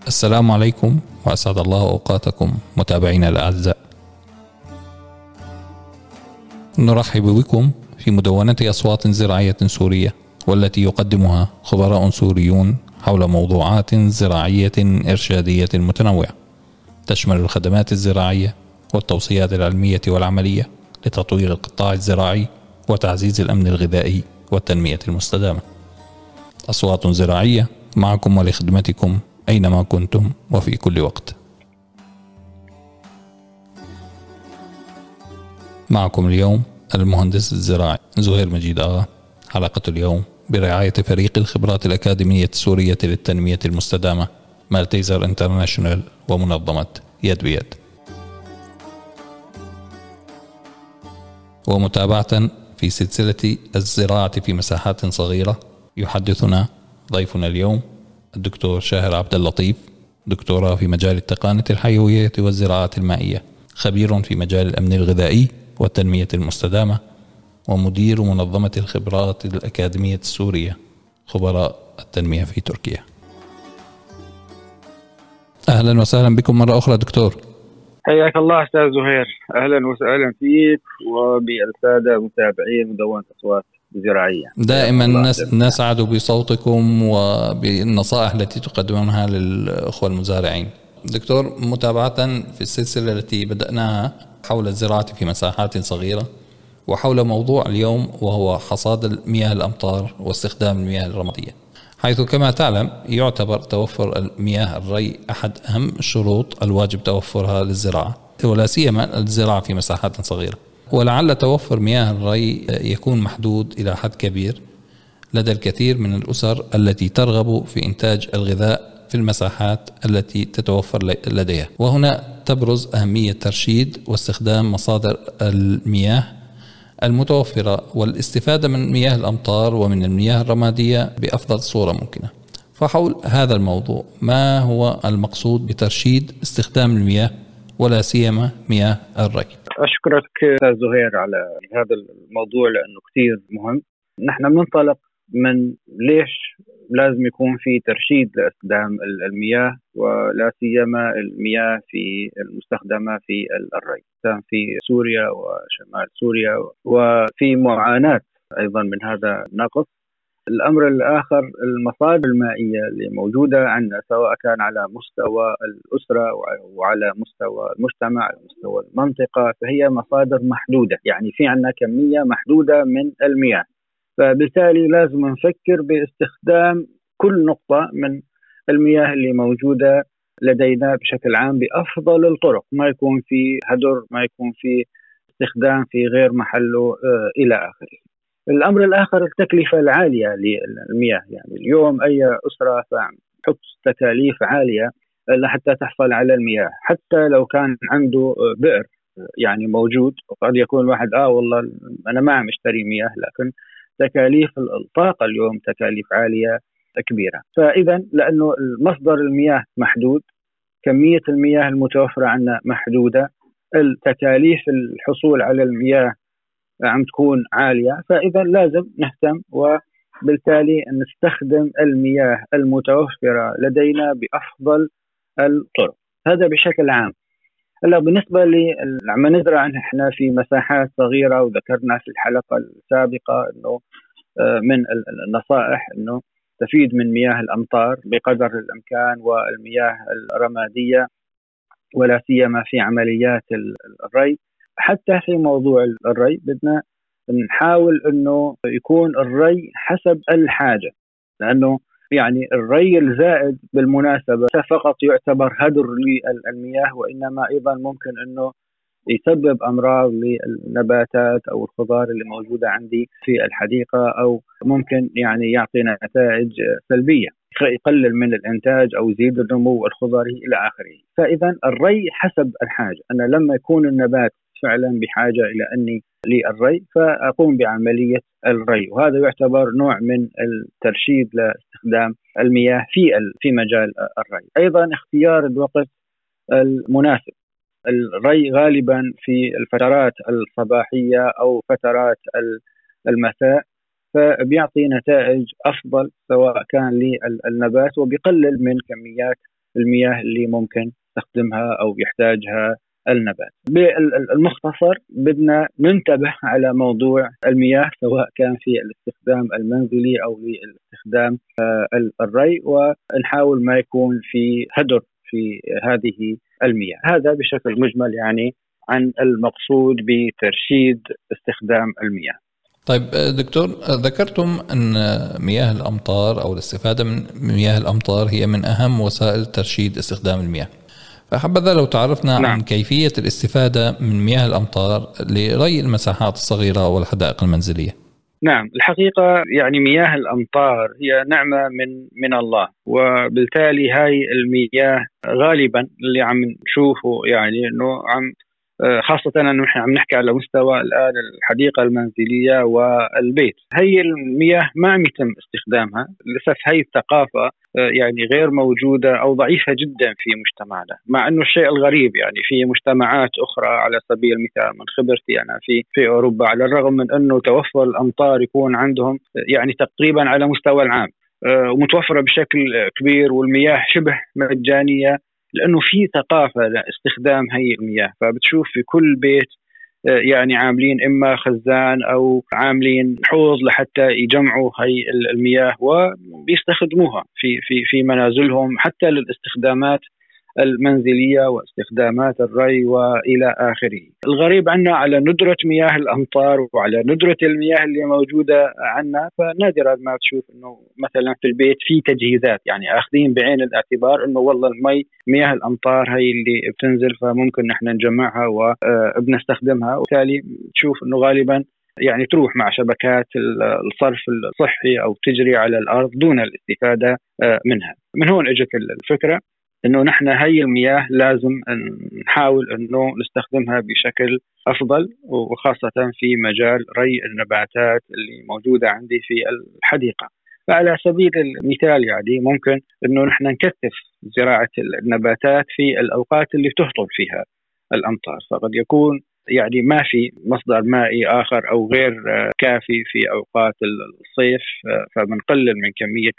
السلام عليكم وأسعد الله أوقاتكم متابعينا الأعزاء. نرحب بكم في مدونة أصوات زراعية سورية، والتي يقدمها خبراء سوريون حول موضوعات زراعية إرشادية متنوعة تشمل الخدمات الزراعية والتوصيات العلمية والعملية لتطوير القطاع الزراعي وتعزيز الأمن الغذائي والتنمية المستدامة. أصوات زراعية معكم ولخدمتكم أينما كنتم وفي كل وقت. معكم اليوم المهندس الزراعي زهير مجيد آغا. حلقة اليوم برعاية فريق الخبرات الأكاديمية السورية للتنمية المستدامة مالتيزر انترناشونال ومنظمة يد بيد. ومتابعة في سلسلة الزراعة في مساحات صغيرة، يحدثنا ضيفنا اليوم الدكتور شاهر عبد اللطيف، دكتوراه في مجال التقنية الحيوية والزراعة المائية، خبير في مجال الأمن الغذائي والتنمية المستدامة، ومدير منظمة الخبرات الأكاديمية السورية خبراء التنمية في تركيا. أهلا وسهلا بكم مرة أخرى دكتور. حياك الله أستاذ زهير، أهلا وسهلا فيك وبالسادة متابعين مدونة أصوات زراعية. دائما نسعد بصوتكم وبالنصائح التي تقدمونها للأخوة المزارعين. دكتور، متابعة في السلسلة التي بدأناها حول الزراعة في مساحات صغيرة، وحول موضوع اليوم وهو حصاد مياه الأمطار واستخدام المياه الرمادية، حيث كما تعلم يعتبر توفر المياه الري أحد أهم الشروط الواجب توفرها للزراعة، ولا سيما الزراعة في مساحات صغيرة. ولعل توفر مياه الري يكون محدود إلى حد كبير لدى الكثير من الأسر التي ترغب في إنتاج الغذاء في المساحات التي تتوفر لديها. وهنا تبرز أهمية ترشيد واستخدام مصادر المياه المتوفرة والاستفادة من مياه الأمطار ومن المياه الرمادية بأفضل صورة ممكنة. فحول هذا الموضوع، ما هو المقصود بترشيد استخدام المياه ولا سيما مياه الري؟ أشكرك أستاذ زهير على هذا الموضوع لأنه كثير مهم. نحن بننطلق من ليش لازم يكون في ترشيد لاستخدام المياه، ولا سيما المياه في المستخدمة في الري في سوريا وشمال سوريا، وفي معاناة أيضا من هذا النقص. الأمر الآخر، المصادر المائية اللي موجودة عندنا سواء كان على مستوى الأسرة وعلى مستوى المجتمع، على مستوى المنطقة، فهي مصادر محدودة، يعني في عندنا كمية محدودة من المياه. فبالتالي لازم نفكر باستخدام كل نقطة من المياه اللي موجودة لدينا بشكل عام بأفضل الطرق، ما يكون في هدر، ما يكون في استخدام في غير محله إلى آخره. الأمر الآخر التكلفة العالية للمياه، يعني اليوم أي أسرة تحط تكاليف عالية لحتى تحصل على المياه، حتى لو كان عنده بئر يعني موجود، وقد يكون الواحد والله أنا ما عم اشتري مياه، لكن تكاليف الطاقة اليوم تكاليف عالية كبيرة. فإذا لأنه مصدر المياه محدود، كمية المياه المتوفرة عندنا محدودة، التكاليف الحصول على المياه عم تكون عالية، فإذا لازم نهتم وبالتالي نستخدم المياه المتوفرة لدينا بأفضل الطرق. هذا بشكل عام. هلا بالنسبة لما نزرع احنا في مساحات صغيرة، وذكرنا في الحلقة السابقة انه من النصائح انه تستفيد من مياه الأمطار بقدر الإمكان والمياه الرمادية، ولا سيما في عمليات الري. حتى في موضوع الري بدنا نحاول انه يكون الري حسب الحاجة، لانه يعني الري الزائد بالمناسبة فقط يعتبر هدر للمياه، وإنما أيضا ممكن أنه يسبب أمراض للنباتات أو الخضار اللي موجودة عندي في الحديقة، أو ممكن يعني يعطينا نتائج سلبية، يقلل من الإنتاج أو يزيد النمو الخضري إلى آخره. فإذا الري حسب الحاجة. أنا لما يكون النبات فعلا بحاجة إلى أني للري فأقوم بعملية الري، وهذا يعتبر نوع من الترشيد لاستخدام المياه في مجال الري. أيضا اختيار الوقت المناسب. الري غالبا في الفترات الصباحية أو فترات المساء، فبيعطي نتائج أفضل سواء كان للنبات، وبيقلل من كميات المياه اللي ممكن تستخدمها أو يحتاجها النبات. بالمختصر بدنا ننتبه على موضوع المياه سواء كان في الاستخدام المنزلي أو للاستخدام الري، ونحاول ما يكون في هدر في هذه المياه. هذا بشكل مجمل يعني عن المقصود بترشيد استخدام المياه. طيب دكتور، ذكرتم أن مياه الأمطار أو الاستفادة من مياه الأمطار هي من أهم وسائل ترشيد استخدام المياه، فحبذا لو تعرفنا عن كيفية الاستفادة من مياه الأمطار لري المساحات الصغيرة والحدائق المنزلية. نعم، الحقيقة يعني مياه الأمطار هي نعمة من الله، وبالتالي هاي المياه غالبا اللي عم نشوفه يعني أنه خاصة أنه نحن عم نحكي على مستوى الآن الحديقة المنزلية والبيت، هي المياه ما عم يتم استخدامها للأسف. هي الثقافة يعني غير موجودة أو ضعيفة جدا في مجتمعنا، مع أنه الشيء الغريب يعني في مجتمعات أخرى على سبيل المثال من خبرتي أنا في أوروبا، على الرغم من أنه توفر الأمطار يكون عندهم يعني تقريبا على مستوى العام ومتوفرة بشكل كبير، والمياه شبه مجانية لأنه في ثقافة لاستخدام هي المياه. فبتشوف في كل بيت يعني عاملين إما خزان أو عاملين حوض لحتى يجمعوا هي المياه وبيستخدموها في منازلهم حتى للاستخدامات المنزلية واستخدامات الري وإلى آخره. الغريب عنا على ندرة مياه الأمطار وعلى ندرة المياه اللي موجودة عنا، فنادرا ما تشوف إنه مثلا في البيت في تجهيزات يعني أخذين بعين الاعتبار إنه والله مياه الأمطار هي اللي بتنزل فممكن نحن نجمعها وبنستخدمها، وبالتالي تشوف إنه غالبا يعني تروح مع شبكات الصرف الصحي أو تجري على الأرض دون الاستفادة منها. من هون اجت الفكرة إنه نحن هاي المياه لازم نحاول إنه نستخدمها بشكل أفضل، وخاصة في مجال ري النباتات اللي موجودة عندي في الحديقة. فعلى سبيل المثال يعني ممكن إنه نحن نكثف زراعة النباتات في الأوقات اللي تهطل فيها الأمطار، فقد يكون يعني ما في مصدر مائي آخر أو غير كافي في أوقات الصيف، فبنقلل من كمية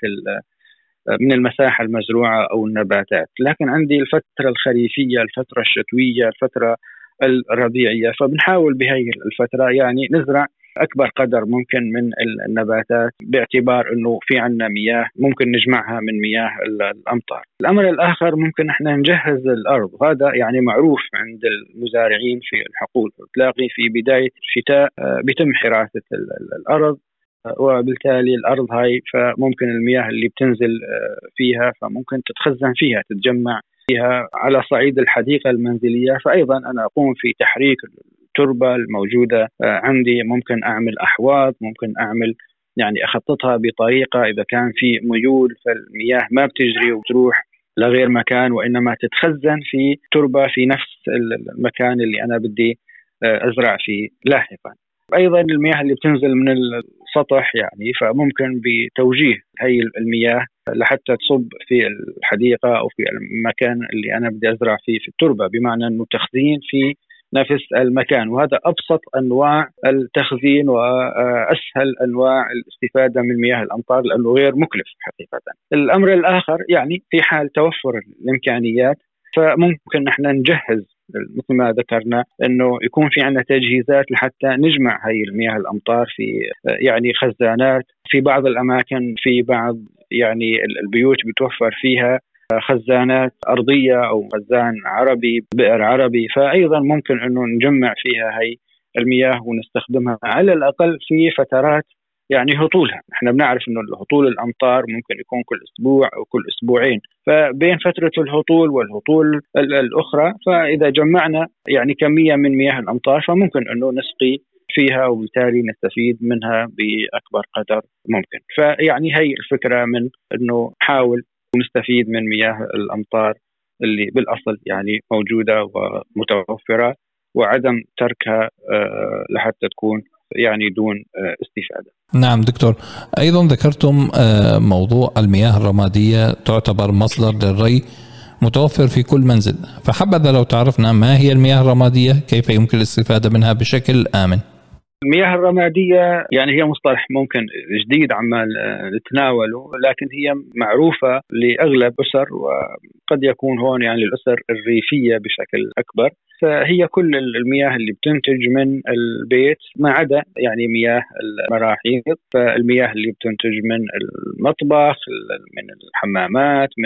من المساحة المزروعة أو النباتات. لكن عندي الفترة الخريفية، الفترة الشتوية، الفترة الربيعية، فبنحاول بهي الفترة يعني نزرع أكبر قدر ممكن من النباتات باعتبار أنه في عنا مياه ممكن نجمعها من مياه الأمطار. الأمر الآخر ممكن احنا نجهز الأرض، وهذا يعني معروف عند المزارعين في الحقول. تلاقي في بداية الشتاء بيتم حراسة الأرض، وبالتالي الأرض هاي فممكن المياه اللي بتنزل فيها فممكن تتخزن فيها تتجمع فيها. على صعيد الحديقة المنزلية فأيضا أنا أقوم في تحريك التربة الموجودة عندي، ممكن أعمل أحواض، ممكن أعمل يعني أخططها بطريقة إذا كان في ميول فالمياه ما بتجري وتروح لغير مكان وإنما تتخزن في تربة في نفس المكان اللي أنا بدي أزرع فيه لاحقا. أيضا المياه اللي بتنزل من السطح يعني فممكن بتوجيه هي المياه لحتى تصب في الحديقة أو في المكان اللي أنا بدي أزرع فيه في التربة، بمعنى أنه تخزين في نفس المكان. وهذا أبسط أنواع التخزين وأسهل أنواع الاستفادة من مياه الأمطار لأنه غير مكلف حقيقة. الأمر الآخر يعني في حال توفر الإمكانيات فممكن نحن نجهز مثل ما ذكرنا أنه يكون في عندنا تجهيزات لحتى نجمع هاي المياه الأمطار في يعني خزانات. في بعض الأماكن في بعض يعني البيوت بتوفر فيها خزانات أرضية أو خزان عربي، بئر عربي، فأيضا ممكن أنه نجمع فيها هاي المياه ونستخدمها على الأقل في فترات يعني هطولها. احنا بنعرف انه هطول الامطار ممكن يكون كل اسبوع او كل اسبوعين، فبين فترة الهطول والهطول الاخرى فاذا جمعنا يعني كمية من مياه الامطار فممكن انه نسقي فيها وبالتالي نستفيد منها باكبر قدر ممكن. فيعني هي الفكرة من انه نحاول نستفيد من مياه الامطار اللي بالاصل يعني موجودة ومتوفرة، وعدم تركها لحتى تكون يعني دون استفادة. نعم دكتور، أيضا ذكرتم موضوع المياه الرمادية تعتبر مصدر للري متوفر في كل منزل، فحبذا لو تعرفنا ما هي المياه الرمادية، كيف يمكن الاستفادة منها بشكل آمن؟ المياه الرمادية يعني هي مصطلح ممكن جديد عمال نتناوله، لكن هي معروفة لأغلب أسر، وقد يكون هون يعني الأسر الريفية بشكل أكبر. فهي كل المياه اللي بتنتج من البيت ما عدا يعني مياه المراحيض. فالمياه اللي بتنتج من المطبخ، من الحمامات، من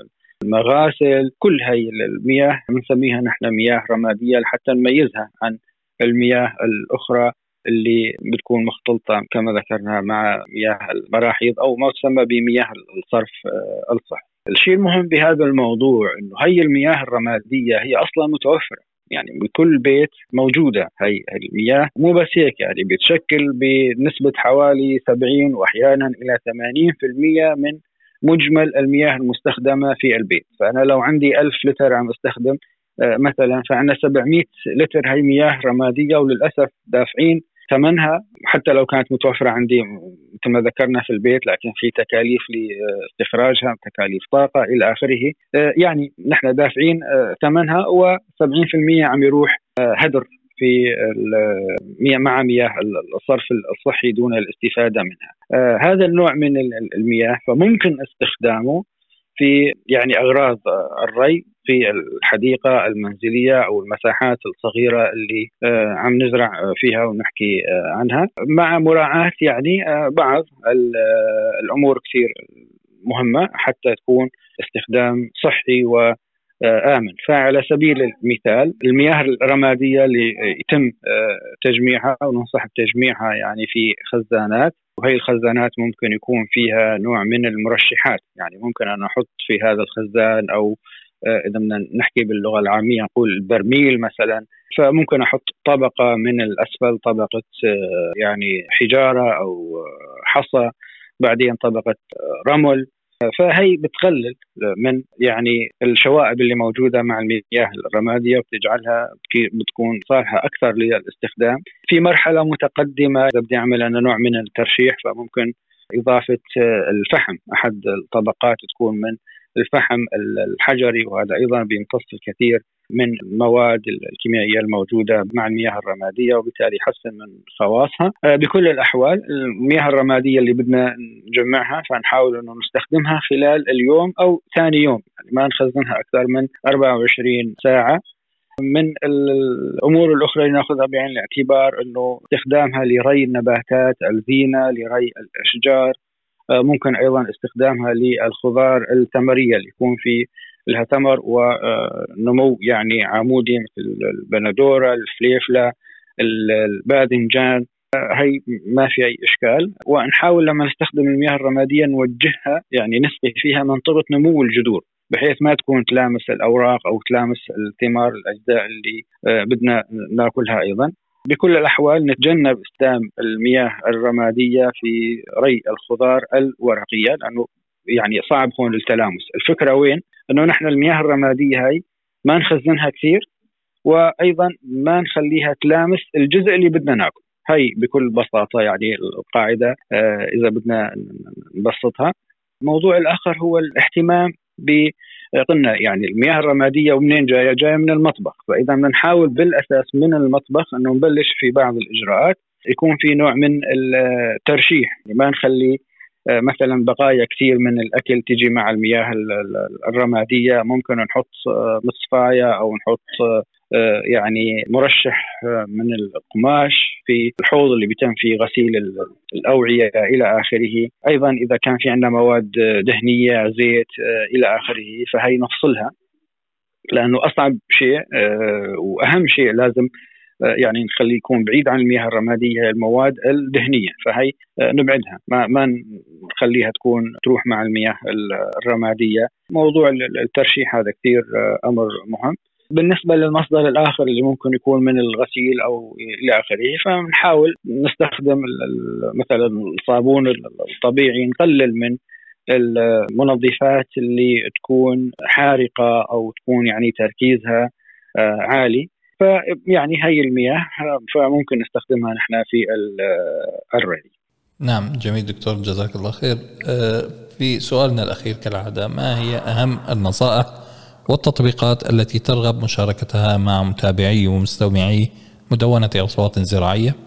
المغاسل، كل هاي المياه بنسميها نحن مياه رمادية لحتى نميزها عن المياه الأخرى اللي بتكون مختلطة كما ذكرنا مع مياه المراحيض أو ما تسمى بمياه الصرف الصحي. الشيء المهم بهذا الموضوع إنه هي المياه الرمادية هي أصلا متوفرة، يعني بكل بيت موجودة هي المياه. مو بس هيك، يعني بتشكل بنسبة حوالي 70 وأحيانا إلى 80% من مجمل المياه المستخدمة في البيت. فأنا لو عندي 1000 لتر عم استخدم مثلا، فعندنا 700 لتر هي مياه رمادية، وللأسف دافعين ثمنها حتى لو كانت متوفرة عندي مثل ما ذكرنا في البيت، لكن في تكاليف لاستخراجها، تكاليف طاقة إلى آخره. يعني نحن دافعين ثمنها، و70% عم يروح هدر في مع مياه الصرف الصحي دون الاستفادة منها. هذا النوع من المياه فممكن استخدامه في يعني أغراض الري في الحديقة المنزلية أو المساحات الصغيرة اللي عم نزرع فيها ونحكي عنها، مع مراعاة يعني بعض الأمور كثير مهمة حتى تكون استخدام صحي وآمن. فعلى سبيل المثال المياه الرمادية اللي يتم تجميعها أو ننصح بتجميعها يعني في خزانات، وهي الخزانات ممكن يكون فيها نوع من المرشحات. يعني ممكن أنا أحط في هذا الخزان، أو إذا بدنا نحكي باللغة العامية نقول البرميل مثلا، فممكن أحط طبقة من الأسفل، طبقة يعني حجارة أو حصى، بعدين طبقة رمل. فهي بتقلل من يعني الشوائب اللي موجودة مع المياه الرمادية، وبتجعلها بتكون صالحة أكثر للاستخدام. في مرحلة متقدمة إذا بدي أعمل أنا نوع من الترشيح، فممكن إضافة الفحم، أحد الطبقات تكون من الفحم الحجري، وهذا أيضا بيمتص الكثير من المواد الكيميائية الموجودة مع المياه الرمادية، وبالتالي يحسن من خواصها. بكل الأحوال المياه الرمادية اللي بدنا نجمعها فنحاول أنه نستخدمها خلال اليوم أو ثاني يوم، يعني ما نخزنها أكثر من 24 ساعة. من الأمور الأخرى اللي نأخذها بعين الاعتبار أنه استخدامها لري النباتات الزينة، لري الأشجار. ممكن أيضا استخدامها للخضار الثمرية اللي يكون في لها ثمر ونمو يعني عمودي، مثل البندورة، الفليفلة، الباذنجان. هي ما في أي إشكال. ونحاول لما نستخدم المياه الرمادية نوجهها، يعني نسقي فيها منطقة نمو الجذور، بحيث ما تكون تلامس الأوراق أو تلامس الثمار، الأجزاء اللي بدنا ناكلها أيضا. بكل الأحوال نتجنب استخدام المياه الرمادية في ري الخضار الورقية، لأنه يعني صعب هون التلامس. الفكرة وين؟ أنه نحن المياه الرمادية هاي ما نخزنها كثير، وأيضا ما نخليها تلامس الجزء اللي بدنا ناكل. هاي بكل بساطة يعني القاعدة إذا بدنا نبسطها. الموضوع الآخر هو الاهتمام قلنا يعني المياه الرمادية ومنين جاية من المطبخ. فإذا بدنا نحاول بالأساس من المطبخ أنه نبلش في بعض الإجراءات، يكون في نوع من الترشيح، يعني ما نخلي مثلا بقايا كثير من الأكل تجي مع المياه الرمادية. ممكن نحط مصفاية أو نحط يعني مرشح من القماش في الحوض اللي بيتم فيه غسيل الأوعية إلى آخره. أيضا إذا كان في عندنا مواد دهنية، زيت إلى آخره، فهي نفصلها، لأنه أصعب شيء وأهم شيء لازم يعني نخليه يكون بعيد عن المياه الرمادية المواد الدهنية. فهي نبعدها، ما نخليها تروح مع المياه الرمادية. موضوع الترشيح هذا كثير أمر مهم. بالنسبة للمصدر الآخر اللي ممكن يكون من الغسيل أو إلى آخره، فنحاول نستخدم مثلا الصابون الطبيعي، نقلل من المنظفات اللي تكون حارقة أو تكون يعني تركيزها عالي. فيعني هي المياه فممكن نستخدمها نحن في الري. نعم، جميل دكتور، جزاك الله خير. في سؤالنا الأخير كالعادة، ما هي أهم النصائح والتطبيقات التي ترغب مشاركتها مع متابعي ومستمعي مدونة أصوات زراعية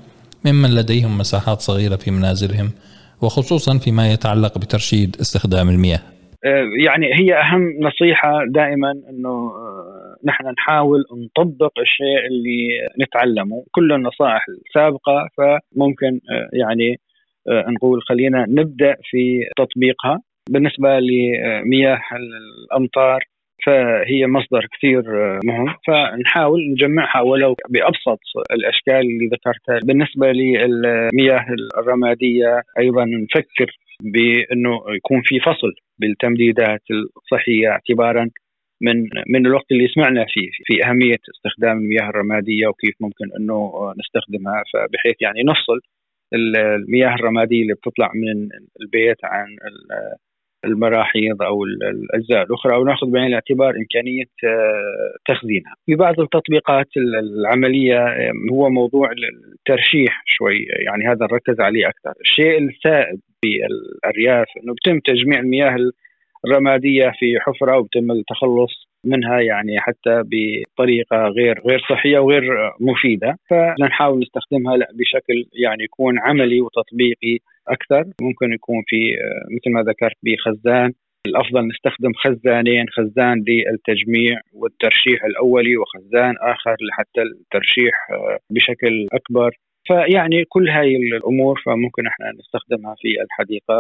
ممن لديهم مساحات صغيرة في منازلهم، وخصوصا فيما يتعلق بترشيد استخدام المياه؟ يعني هي أهم نصيحة دائما أنه نحن نحاول نطبق الشيء اللي نتعلمه. كل النصائح السابقة فممكن يعني نقول خلينا نبدأ في تطبيقها. بالنسبة لمياه الأمطار فهي مصدر كثير مهم، فنحاول نجمعها ولو بأبسط الأشكال اللي ذكرتها. بالنسبة للمياه الرمادية أيضا نفكر بأنه يكون في فصل بالتمديدات الصحية، اعتبارا من الوقت اللي سمعنا فيه في أهمية استخدام المياه الرمادية وكيف ممكن أنه نستخدمها، فبحيث يعني نفصل المياه الرمادية اللي بتطلع من البيت عن المراحيض أو الأجزاء الأخرى، أو نأخذ بعين الاعتبار إمكانية تخزينها. في بعض التطبيقات العملية هو موضوع الترشيح شوي، يعني هذا نركز عليه أكثر. الشيء السائد في الأرياف أنه بتم تجميع المياه الرمادية في حفرة وبتم التخلص منها يعني حتى بطريقة غير صحية وغير مفيدة، فنحاول نستخدمها بشكل يعني يكون عملي وتطبيقي أكثر. ممكن يكون في مثل ما ذكرت بخزان، الأفضل نستخدم خزانين، خزان للتجميع والترشيح الأولي وخزان آخر لحتى الترشيح بشكل أكبر. فيعني كل هاي الأمور فممكن احنا نستخدمها في الحديقة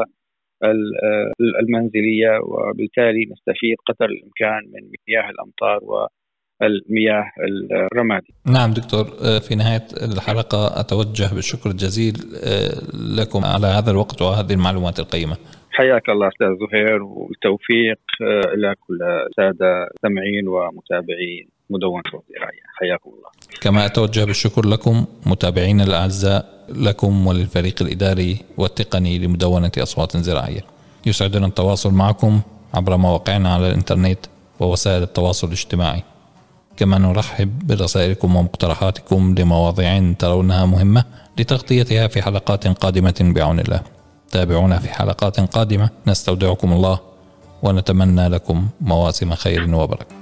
المنزلية، وبالتالي نستفيد قدر الإمكان من مياه الأمطار والمياه الرمادية. نعم دكتور، في نهاية الحلقة أتوجه بالشكر الجزيل لكم على هذا الوقت وهذه المعلومات القيمة. حياك الله أستاذ زهير، والتوفيق لكل السادة سامعين ومتابعين مدونة صوت زراعية. حياكم الله. كما أتوجه بالشكر لكم متابعين الأعزاء، لكم وللفريق الإداري والتقني لمدونة أصوات زراعية. يسعدنا التواصل معكم عبر مواقعنا على الإنترنت ووسائل التواصل الاجتماعي. كما نرحب برسائلكم ومقترحاتكم لمواضيع ترونها مهمة لتغطيتها في حلقات قادمة بعون الله. تابعونا في حلقات قادمة. نستودعكم الله ونتمنى لكم مواسم خير وبركة.